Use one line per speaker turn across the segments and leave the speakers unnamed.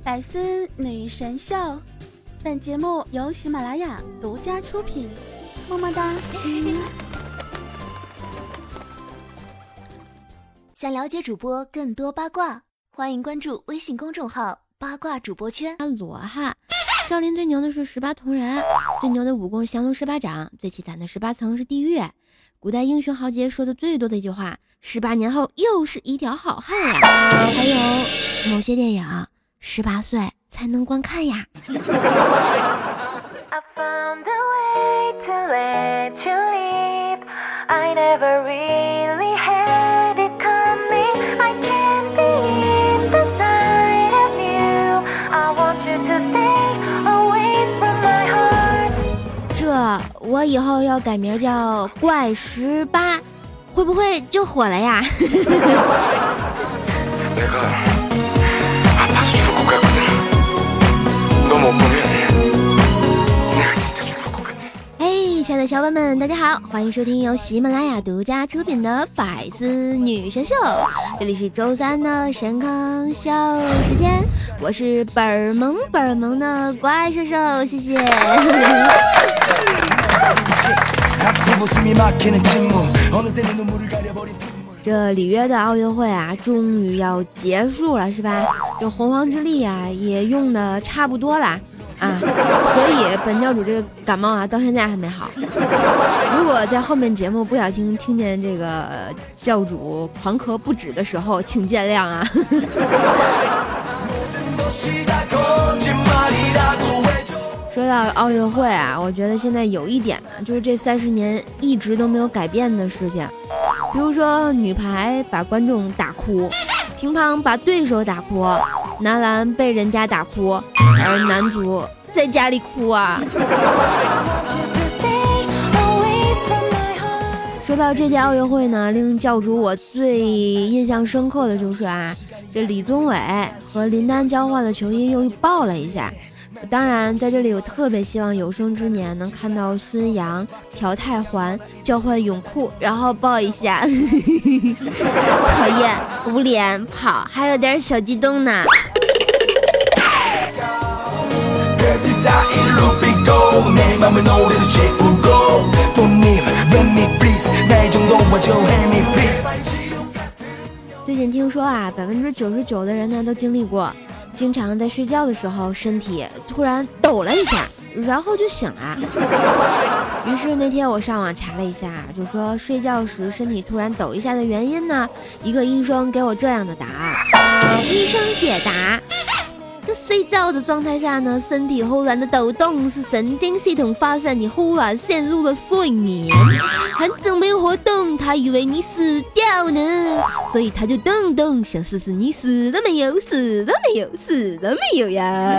百思女神秀，本节目由喜马拉雅独家出品，么么哒。
想了解主播更多八卦，欢迎关注微信公众号八卦主播圈。
罗汉，少林最牛的是18铜人，最牛的武功是降龙18掌，最凄惨的18层是地狱。古代英雄豪杰说的最多的一句话，18年后又是一条好汉呀。还有某些电影18岁才能观看呀。
I found a way to let you leave. I never really had it coming. I can't be in the side of you. I want you to stay away from my heart.
这我以后要改名叫怪18，会不会就火了呀？嘿，亲爱的小伙伴们，大家好，欢迎收听由喜马拉雅独家出品的百思女神秀，这里是周三的神坑秀时间，我是本儿萌的怪兽兽，谢谢。这里约的奥运会啊，终于要结束了，是吧？这洪荒之力啊，也用的差不多了啊，所以本教主这个感冒啊，到现在还没好。如果在后面节目不小心听见这个教主狂咳不止的时候，请见谅啊。说到奥运会啊，我觉得现在有一点呢，就是这30年一直都没有改变的事情。比如说女排把观众打哭，乒乓把对手打哭，男篮被人家打哭，而男足在家里哭啊。说到这届奥运会呢，令教主我最印象深刻的就是啊，这李宗伟和林丹交换的球衣又爆了一下。当然在这里我特别希望有生之年能看到孙杨、朴泰桓交换泳裤，然后抱一下。讨厌，捂脸跑，还有点小激动呢。最近听说啊，99%的人呢都经历过，经常在睡觉的时候身体突然抖了一下，然后就醒了。于是那天我上网查了一下，就说睡觉时身体突然抖一下的原因呢，一个医生给我这样的答案。医生解答：在睡觉的状态下呢，身体忽然的抖动是神经系统发现你忽然陷入了睡眠，很久没有活动，他以为你死掉呢，所以他就动动，想试试你死了没有，死了没有呀。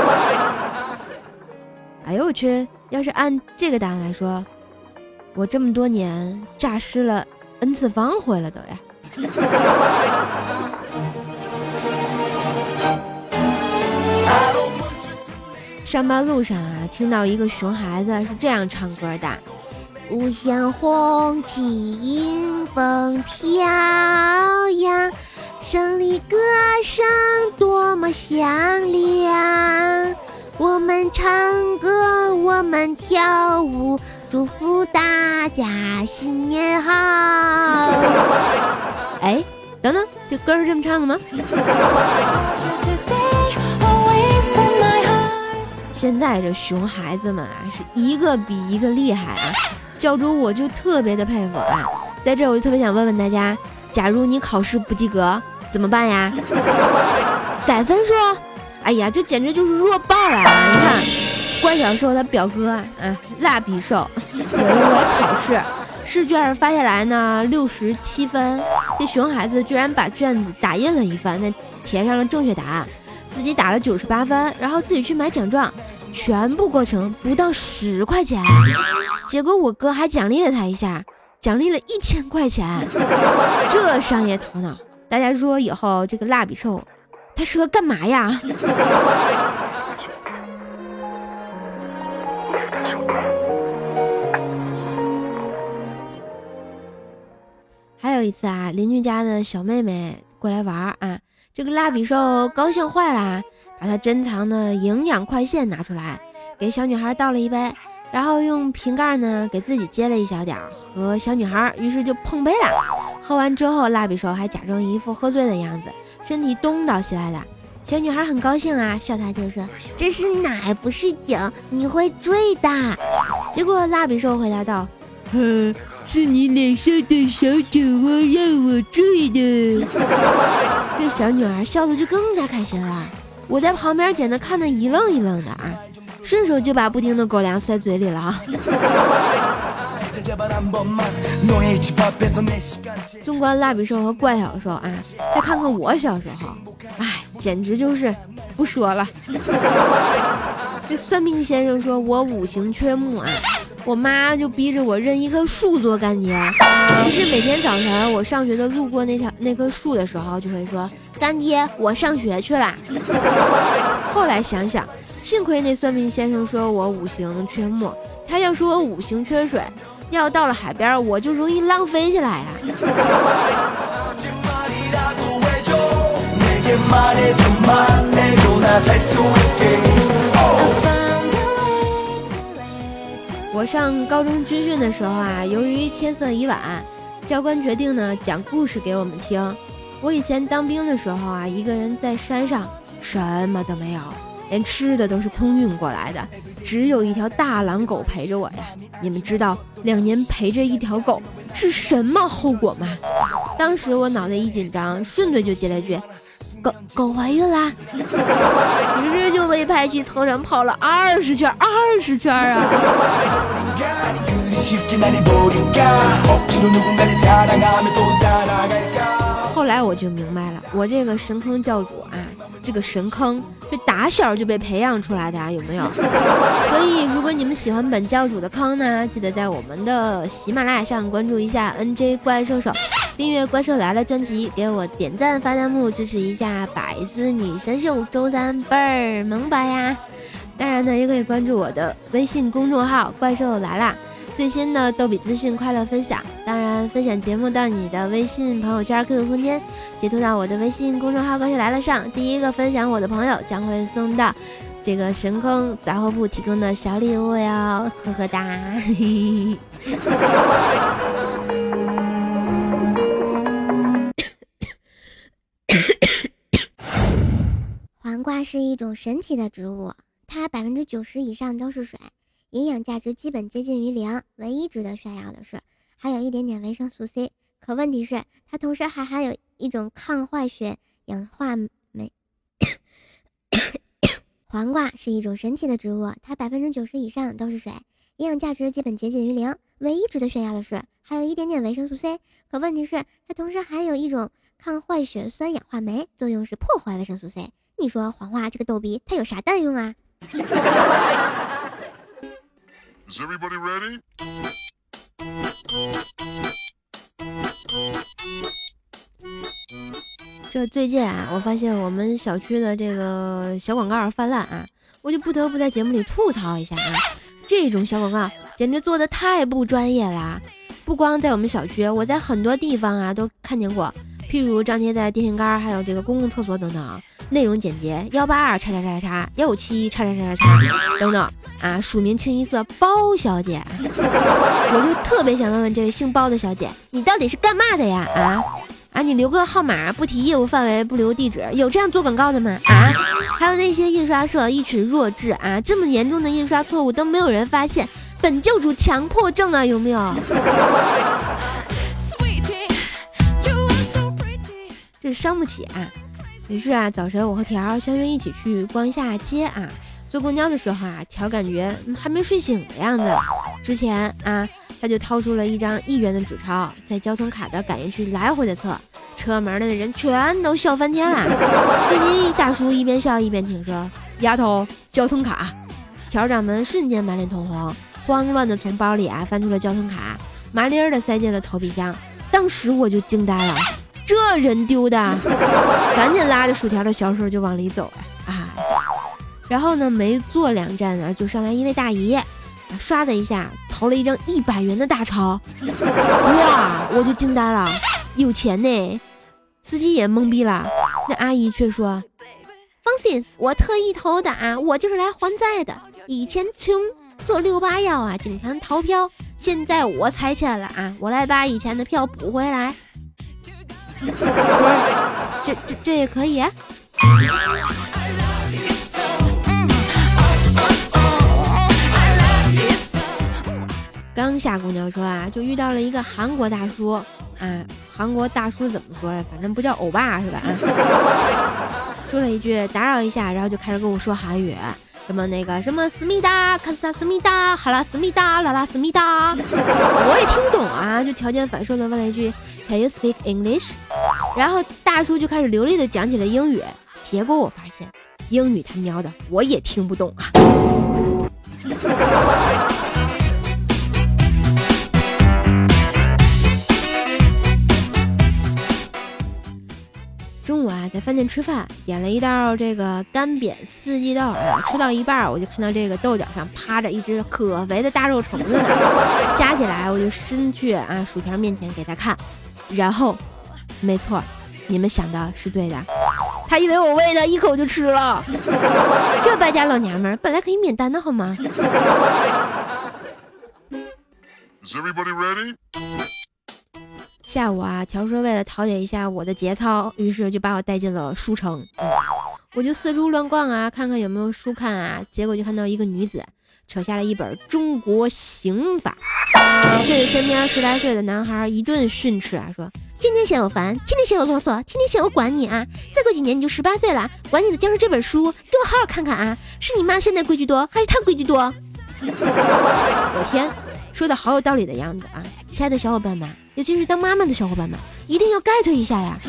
哎呦我去，要是按这个答案来说，我这么多年诈尸了 N 次方回了都呀。上班路上啊，听到一个熊孩子是这样唱歌的：无限红旗迎风飘扬，胜利歌声多么响亮，我们唱歌，我们跳舞，祝福大家新年好。哎，等等，这歌是这么唱的吗？现在这熊孩子们啊，是一个比一个厉害啊！教主我就特别的佩服啊！在这我就特别想问问大家，假如你考试不及格怎么办呀？改分数？哎呀，这简直就是弱爆了啊！你看，怪小兽他表哥啊，蜡笔兽有一回考试，试卷发下来呢67分，这熊孩子居然把卷子打印了一份，那填上了正确答案，自己打了98分，然后自己去买奖状。全部过程不到10块钱，结果我哥还奖励了他一下，奖励了1000块钱。这商业头脑，大家说以后这个蜡笔兽他适合干嘛呀？还有一次啊，邻居家的小妹妹过来玩啊， 这个蜡笔兽高兴坏了，把他珍藏的营养快线拿出来，给小女孩倒了一杯，然后用瓶盖呢给自己接了一小点，和小女孩于是就碰杯了。喝完之后，蜡笔兽还假装一副喝醉的样子，身体东倒西歪的。小女孩很高兴啊，笑他就说：“这是奶不是酒，你会醉的。”结果蜡笔兽回答道：“是你脸上的小酒窝让我醉的。”这小女孩笑的就更加开心了。我在旁边简直看得一愣一愣的啊，顺手就把不停的狗粮塞嘴里了啊。纵观蜡笔兽和怪小兽啊，再看看我小时候，简直就是不说了。这算命先生说我五行缺木啊，我妈就逼着我认一棵树做干爹。于是每天早晨我上学的路过那棵树的时候，就会说：“干爹，我上学去了。”后来想想，幸亏那算命先生说我五行缺木，他要说我五行缺水，要到了海边我就容易浪飞起来呀。我上高中军训的时候啊，由于天色已晚，教官决定呢讲故事给我们听。我以前当兵的时候啊，一个人在山上，什么都没有，连吃的都是空运过来的，只有一条大狼狗陪着我呀。你们知道2年陪着一条狗是什么后果吗？当时我脑袋一紧张，顺嘴就接了句：“狗怀孕啦！”于是就被派去操场跑了20圈啊！后来我就明白了，我这个神坑教主啊，这个神坑是打小就被培养出来的啊，有没有？所以如果你们喜欢本教主的坑呢，记得在我们的喜马拉雅上关注一下 NJ 怪兽手，订阅怪兽来了专辑，给我点赞发弹幕支持一下百思女神秀，周三倍儿萌吧呀！当然呢，也可以关注我的微信公众号怪兽来啦，最新的逗比资讯快乐分享，当然分享节目到你的微信朋友圈 QQ 空间，截图到我的微信公众号怪兽来了上，第一个分享我的朋友将会送到这个神坑杂货铺提供的小礼物哟，呵呵哒。
黄瓜是一种神奇的植物，它90%以上都是水，营养价值基本接近于0，唯一值得炫耀的是还有一点点维生素 C。可问题是它同时还含有一种抗坏血氧化酶。黄瓜是一种神奇的植物，它90%以上都是水，营养价值基本接近于0，唯一值得炫耀的是还有一点点维生素 C。可问题是它同时含有一种抗坏血酸氧化酶，作用是破坏维生素 C。你说黄瓜这个逗逼它有啥蛋用啊
？Is everybody ready?
这最近啊，我发现我们小区的这个小广告泛滥啊，我就不得不在节目里吐槽一下啊，这种小广告简直做的太不专业了。不光在我们小区，我在很多地方啊都看见过，譬如张贴在电线杆，还有这个公共厕所等等，内容简洁182*157*157等等啊，署名清一色包小姐。我就特别想问问这位姓包的小姐，你到底是干嘛的呀？你留个号码，不提业务范围，不留地址，有这样做广告的吗？还有那些印刷社一群弱智啊，这么严重的印刷错误都没有人发现，本教主强迫症啊，有没有？这伤不起啊！于是啊，早晨我和条相约一起去逛一下街啊。坐公交的时候啊，条感觉还没睡醒的样子。之前啊，他就掏出了一张1元的纸钞，在交通卡的感应区来回的测，车门的人全都笑翻天了。司机大叔一边笑一边听说：“丫头，交通卡。”条掌门瞬间满脸通红，慌乱的从包里啊翻出了交通卡，麻利儿的塞进了投币箱。当时我就惊呆了，这人丢的，赶紧拉着薯条的小手就往里走了啊。然后呢，没坐2站呢，就上来一位大姨，唰的一下投了一张100元的大钞，哇，我就惊呆了，有钱呢！司机也懵逼了， 那阿姨却说，放心，我特意投的啊，我就是来还债的。以前穷做681啊，经常逃票，现在我财钱了啊，我来把以前的票补回来。这也可以啊。刚夏姑娘说啊，就遇到了一个韩国大叔啊，韩国大叔怎么说呀？反正不叫欧巴是吧？说了一句打扰一下，然后就开始跟我说韩语，什么那个什么思密达、卡萨思密达、哈拉思密达、拉拉思密达，我也听不懂啊，就条件反射的问了一句 Can you speak English？ 然后大叔就开始流利的讲起了英语，结果我发现英语他喵的我也听不懂啊。中午啊，在饭店吃饭，点了一道这个干煸四季豆啊，吃到一半我就看到这个豆角上趴着一只可肥的大肉虫子呢，夹起来我就伸去啊薯条面前给他看，然后没错，你们想的是对的，他以为我喂他一口就吃了，这败家老娘们本来可以免单的好吗？
Is everybody ready?
下午啊，条叔为了陶冶一下我的节操，于是就把我带进了书城。我就四处乱逛啊，看看有没有书看啊。结果就看到一个女子扯下了一本《中国刑法》，对着身边10来岁的男孩一顿训斥啊，说：“天天嫌我烦，天天嫌我啰嗦，天天嫌我管你啊！再过几年你就18岁了，管你的将是这本书，给我好好看看啊！是你妈现在规矩多，还是他规矩多？”我天！说的好有道理的样子啊！亲爱的小伙伴们，尤其是当妈妈的小伙伴们，一定要 get 一下呀！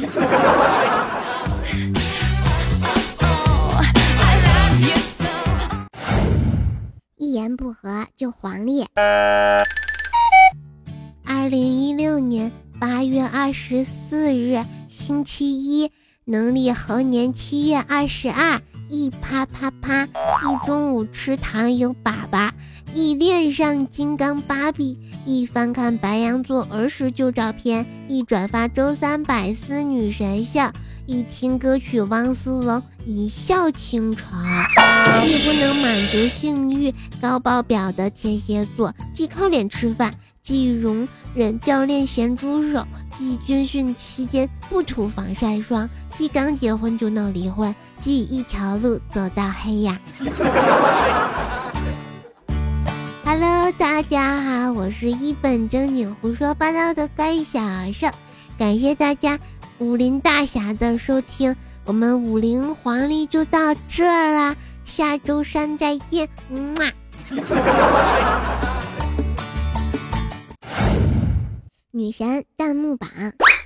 一言不合就黄历。2016年8月24日，星期一，农历猴年7月22，一啪啪啪，一中午吃糖油粑粑，一恋上金刚芭比，一翻看白羊座儿时旧照片，一转发周三百思女神秀，一听歌曲汪苏泷，一笑倾城。既不能满足性欲高爆表的天蝎座，既靠脸吃饭，既容忍教练咸猪手，既军训期间不涂防晒霜，既刚结婚就闹离婚，既一条路走到黑呀。Hello， 大家好，我是一本正经胡说八道的该小兽，感谢大家武林大侠的收听，我们武林黄历就到这儿啦，下周三再见，女神弹幕榜。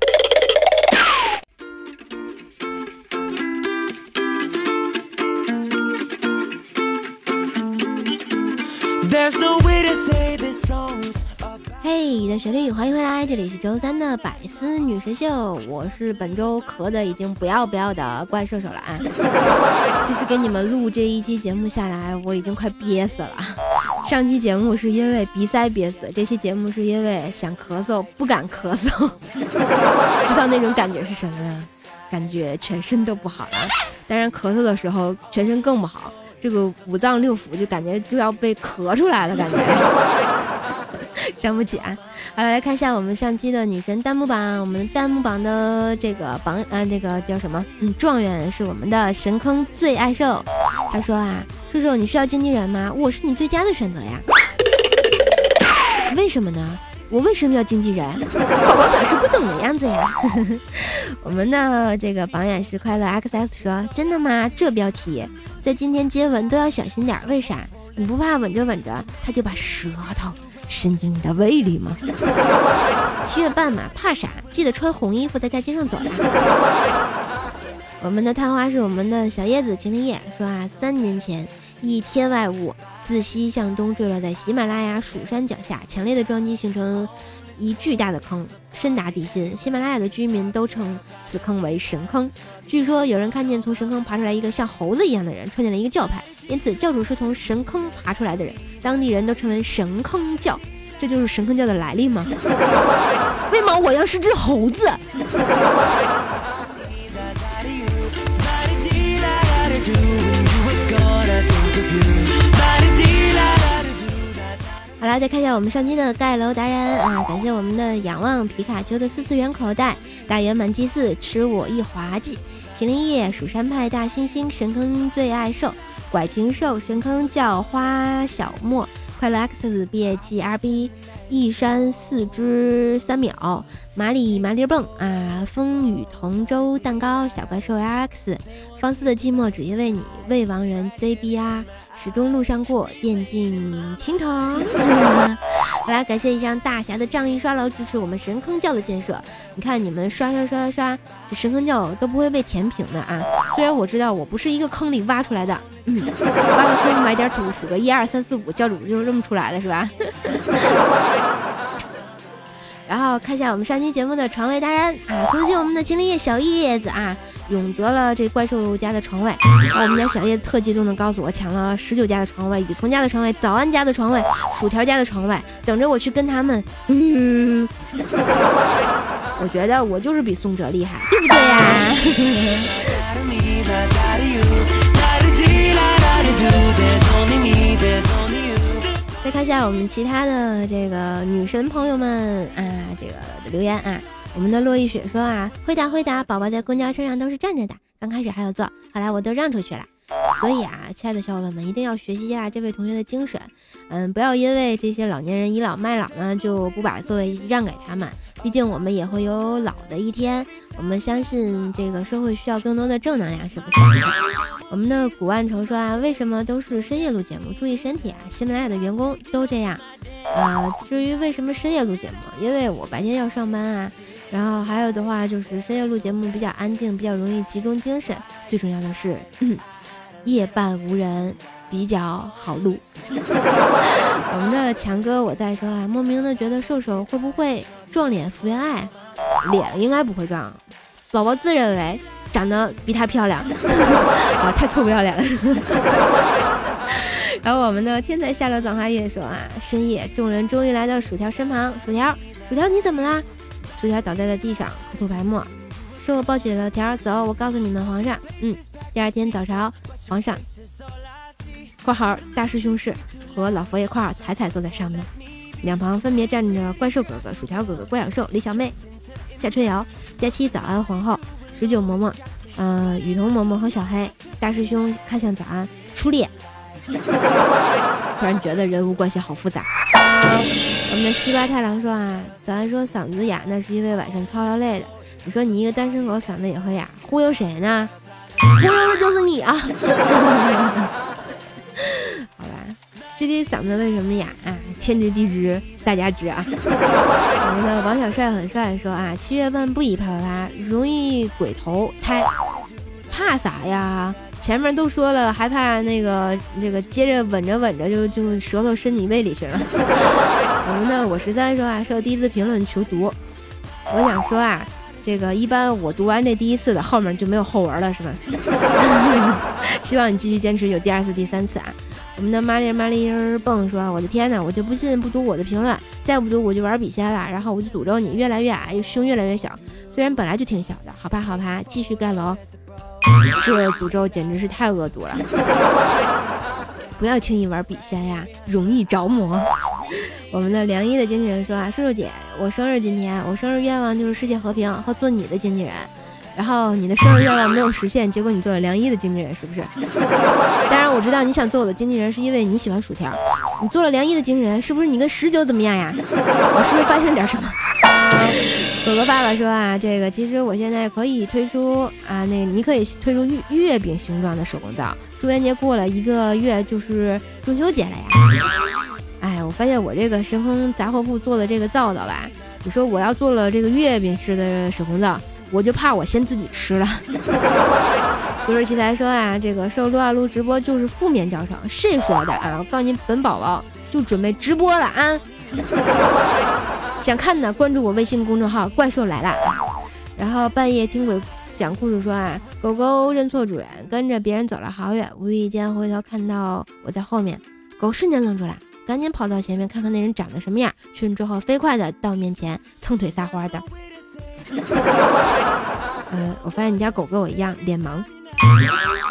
嘿，的旋律，欢迎回来，这里是周三的百思女神秀，我是本周咳的已经不要的怪兽手了啊！就是给你们录这一期节目下来，我已经快憋死了。上期节目是因为鼻塞憋死，这期节目是因为想咳嗽不敢咳嗽，知道那种感觉是什么呀？感觉全身都不好了，当然咳嗽的时候全身更不好，这个五脏六腑就感觉就要被咳出来了，感觉伤不起啊！好了，来看一下我们上期的女神弹幕榜，我们弹幕榜的这个这个叫什么？状元是我们的神坑最爱瘦。他说啊，叔叔你需要经纪人吗？我是你最佳的选择呀。为什么呢？我为什么要经纪人？宝宝表示不懂的样子呀。我们的这个榜眼是快乐 XS 说，真的吗？这标题在今天接吻都要小心点，为啥？你不怕吻着吻着他就把舌头伸进你的胃里吗？7月半嘛，怕啥？记得穿红衣服在大街上走呀。我们的探花是我们的小叶子秦林叶说啊，3年前一天外雾自西向东坠落在喜马拉雅蜀山脚下，强烈的撞击形成一巨大的坑，深达地心。喜马拉雅的居民都称此坑为神坑。据说有人看见从神坑爬出来一个像猴子一样的人，创建了一个教派，因此教主是从神坑爬出来的人，当地人都称为神坑教。这就是神坑教的来历吗？为毛我要是只猴子？ 好了，再看一下我们上期的盖楼达人啊，感谢我们的仰望皮卡丘的4次元口袋，大圆满祭祀，吃我一滑稽，秦灵叶，蜀山派大猩猩，神坑最爱兽，拐禽兽，神坑叫花小莫，快乐 X 毕业季 RB， 一山4只3秒，马里麻利蹦啊，风雨同舟蛋糕，小怪兽 RX， 放肆的寂寞只因为你，未亡人 ZBR， 始终路上过，电竞青铜。好啦，感谢以上大侠的仗义刷楼支持我们神坑教的建设。你看你们刷，这神坑教都不会被填平的啊！虽然我知道我不是一个坑里挖出来的，挖个坑埋点土，数个1、2、3、4、5，教主就这么出来的是吧？然后看一下我们上期节目的床位达人啊，恭喜我们的秦灵叶小叶子啊，勇得了这怪兽家的床位。我们家小叶子特激动的告诉我，抢了19家的床位，雨桐家的床位，早安家的床位，薯条家的床位，等着我去跟他们。我觉得我就是比宋哲厉害，对不对呀？再看一下我们其他的这个女神朋友们啊，这个留言啊，我们的洛逸雪说啊，回答，宝宝在公交车上都是站着的，刚开始还有坐，后来我都让出去了。所以啊，亲爱的小伙伴们，一定要学习一下这位同学的精神，不要因为这些老年人倚老卖老呢，就不把座位让给他们。毕竟我们也会有老的一天，我们相信这个社会需要更多的正能量，是不是？我们的古万愁说啊，为什么都是深夜录节目？注意身体啊！喜马拉雅的员工都这样至于为什么深夜录节目，因为我白天要上班啊。然后还有的话就是深夜录节目比较安静，比较容易集中精神。最重要的是，夜半无人，比较好录。我们的强哥我在说啊，莫名的觉得瘦瘦会不会撞脸福原爱？脸应该不会撞，宝宝自认为长得比她漂亮。啊，太臭不要脸了。然后我们的天才下流葬花叶说啊，深夜众人终于来到薯条身旁，薯条你怎么啦？薯条倒在了地上，口吐白沫。瘦抱起了条，走，我告诉你们皇上。第二天早朝，皇上（括号大师兄是和老佛爷）（括号彩坐在上面，两旁分别站着怪兽哥哥、薯条哥哥、怪小兽、李小妹、夏春瑶、佳期、早安皇后、19嬷嬷、雨桐嬷嬷和小黑。大师兄看向早安，初恋。突然觉得人物关系好复杂。我们的西瓜太郎说啊，早安说嗓子哑，那是因为晚上操劳累的。你说你一个单身狗嗓子也会哑，忽悠谁呢？忽悠的就是你啊！好吧，这些嗓子为什么哑啊？天知地知，大家知啊。我们的王小帅很帅说啊，7月份不宜啪啪啪，容易鬼头胎，怕啥呀？前面都说了，还怕这个接着吻着就舌头伸你胃里去了。我们的我13说啊，是我第一次评论求读，我想说啊，这个一般我读完这第一次的，后面就没有后文了，是吧？希望你继续坚持，有第2次、第3次啊。我们的玛丽蹦说，我的天哪，我就不信不读我的评论，再不读我就玩笔仙了，然后我就诅咒你越来越矮，胸越来越小，虽然本来就挺小的，好吧，继续盖楼。这诅咒简直是太恶毒了，不要轻易玩笔仙呀，容易着魔。我们的梁一的经纪人说啊，叔叔姐，我生日今天，我生日愿望就是世界和平和做你的经纪人。然后你的生日愿望没有实现，结果你做了梁一的经纪人，是不是？当然我知道你想做我的经纪人是因为你喜欢薯条，你做了梁一的经纪人，是不是你跟19怎么样呀？我是不是发生点什么？狗狗爸爸说啊，这个其实我现在可以推出啊，你可以推出月饼形状的手工皂。中元节过了1个月，就是中秋节了呀。哎，我发现我这个神坑杂货铺做的这个皂皂吧，你说我要做了这个月饼式的手工皂，我就怕我先自己吃了。昨日奇才说啊，这个受撸啊撸直播就是负面教程，谁说的啊？我告诉你，本宝宝就准备直播了啊！想看的关注我微信公众号怪兽来了。然后半夜听鬼讲故事说啊，狗狗认错主人，跟着别人走了好远，无意间回头看到我在后面，狗瞬间愣住了，赶紧跑到前面看看那人长得什么样，去了之后飞快的到面前蹭腿撒花的。我发现你家狗跟我一样脸盲。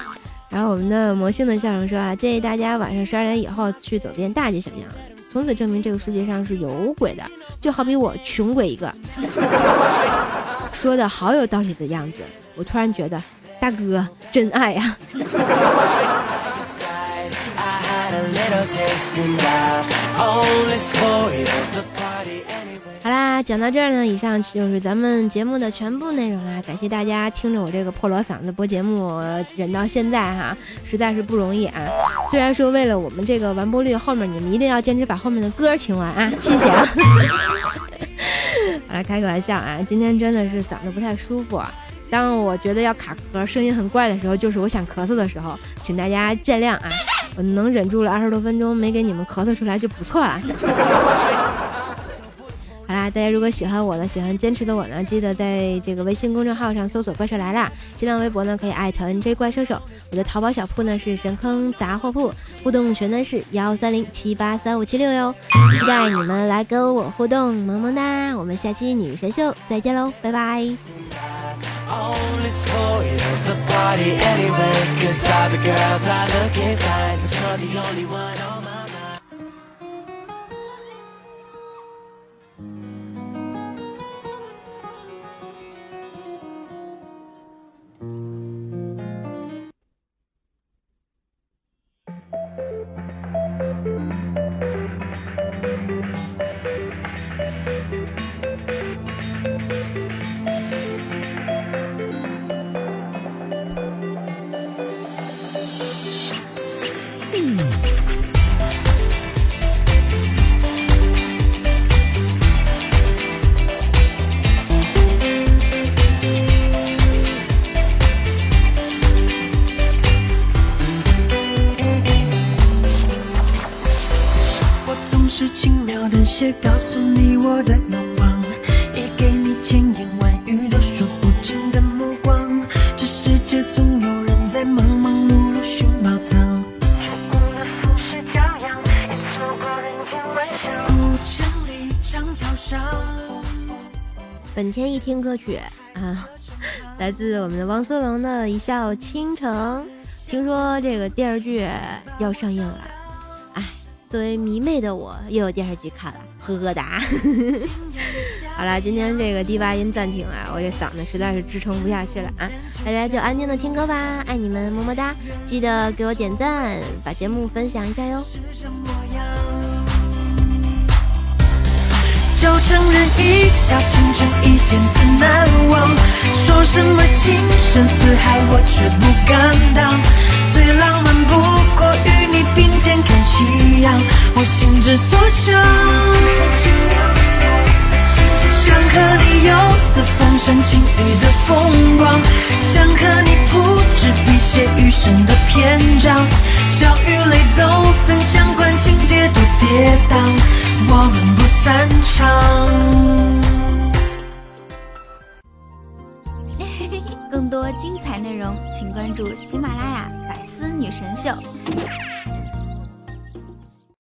然后我们的魔性的笑声说啊，建议大家晚上12点以后去走遍大街小巷，从此证明这个世界上是有鬼的，就好比我穷鬼一个。说的好有道理的样子，我突然觉得大哥真爱呀。好啦，讲到这儿呢，以上就是咱们节目的全部内容啦。感谢大家听着我这个破锣嗓子播节目忍到现在哈，实在是不容易啊。虽然说为了我们这个完播率，后面你们一定要坚持把后面的歌听完啊，谢谢啊。好了，开个玩笑啊，今天真的是嗓子不太舒服啊。当我觉得要卡壳、声音很怪的时候，就是我想咳嗽的时候，请大家见谅啊。我能忍住了20多分钟，没给你们咳嗽出来就不错了。好啦，大家如果喜欢我呢，喜欢坚持的我呢，记得在这个微信公众号上搜索怪兽来啦，新浪微博呢可以艾特 NJ 怪兽手，我的淘宝小铺呢是神坑杂货铺，互动全单是130783576哟，期待你们来跟我互动，萌萌哒，我们下期女神秀再见喽，拜拜。
Only spoiled of the party anyway, 'cause all the girls are looking fine, but you're the only one on my mind. 是轻描淡写告诉你我的愿望，也给你千言万语都说不尽的目光。这世界总有人在忙忙碌碌寻宝藏，却误了浮世骄阳，也错过人间万象。古城里长桥上。
本天一听歌曲啊，来自我们的汪苏泷的《一笑倾城》。听说这个电视剧要上映了。作为迷妹的我又有电视剧看了，呵呵哒。好了，今天这个低八音暂停啊，我这嗓子实在是支撑不下去了啊！大家就安静的听歌吧，爱你们，么么哒！记得给我点赞，把节目分享一下哟。
就承认一笑倾城，一见自难忘。说什么情深似海，我却不敢当。最浪漫不过与你并肩看夕阳，我心之所向。想和你游似风声轻语的风光，想和你铺纸笔写余生的篇章，笑与泪都分享，管情节多跌宕，我们不散场。
更多精彩内容请关注喜马拉雅百思女神秀。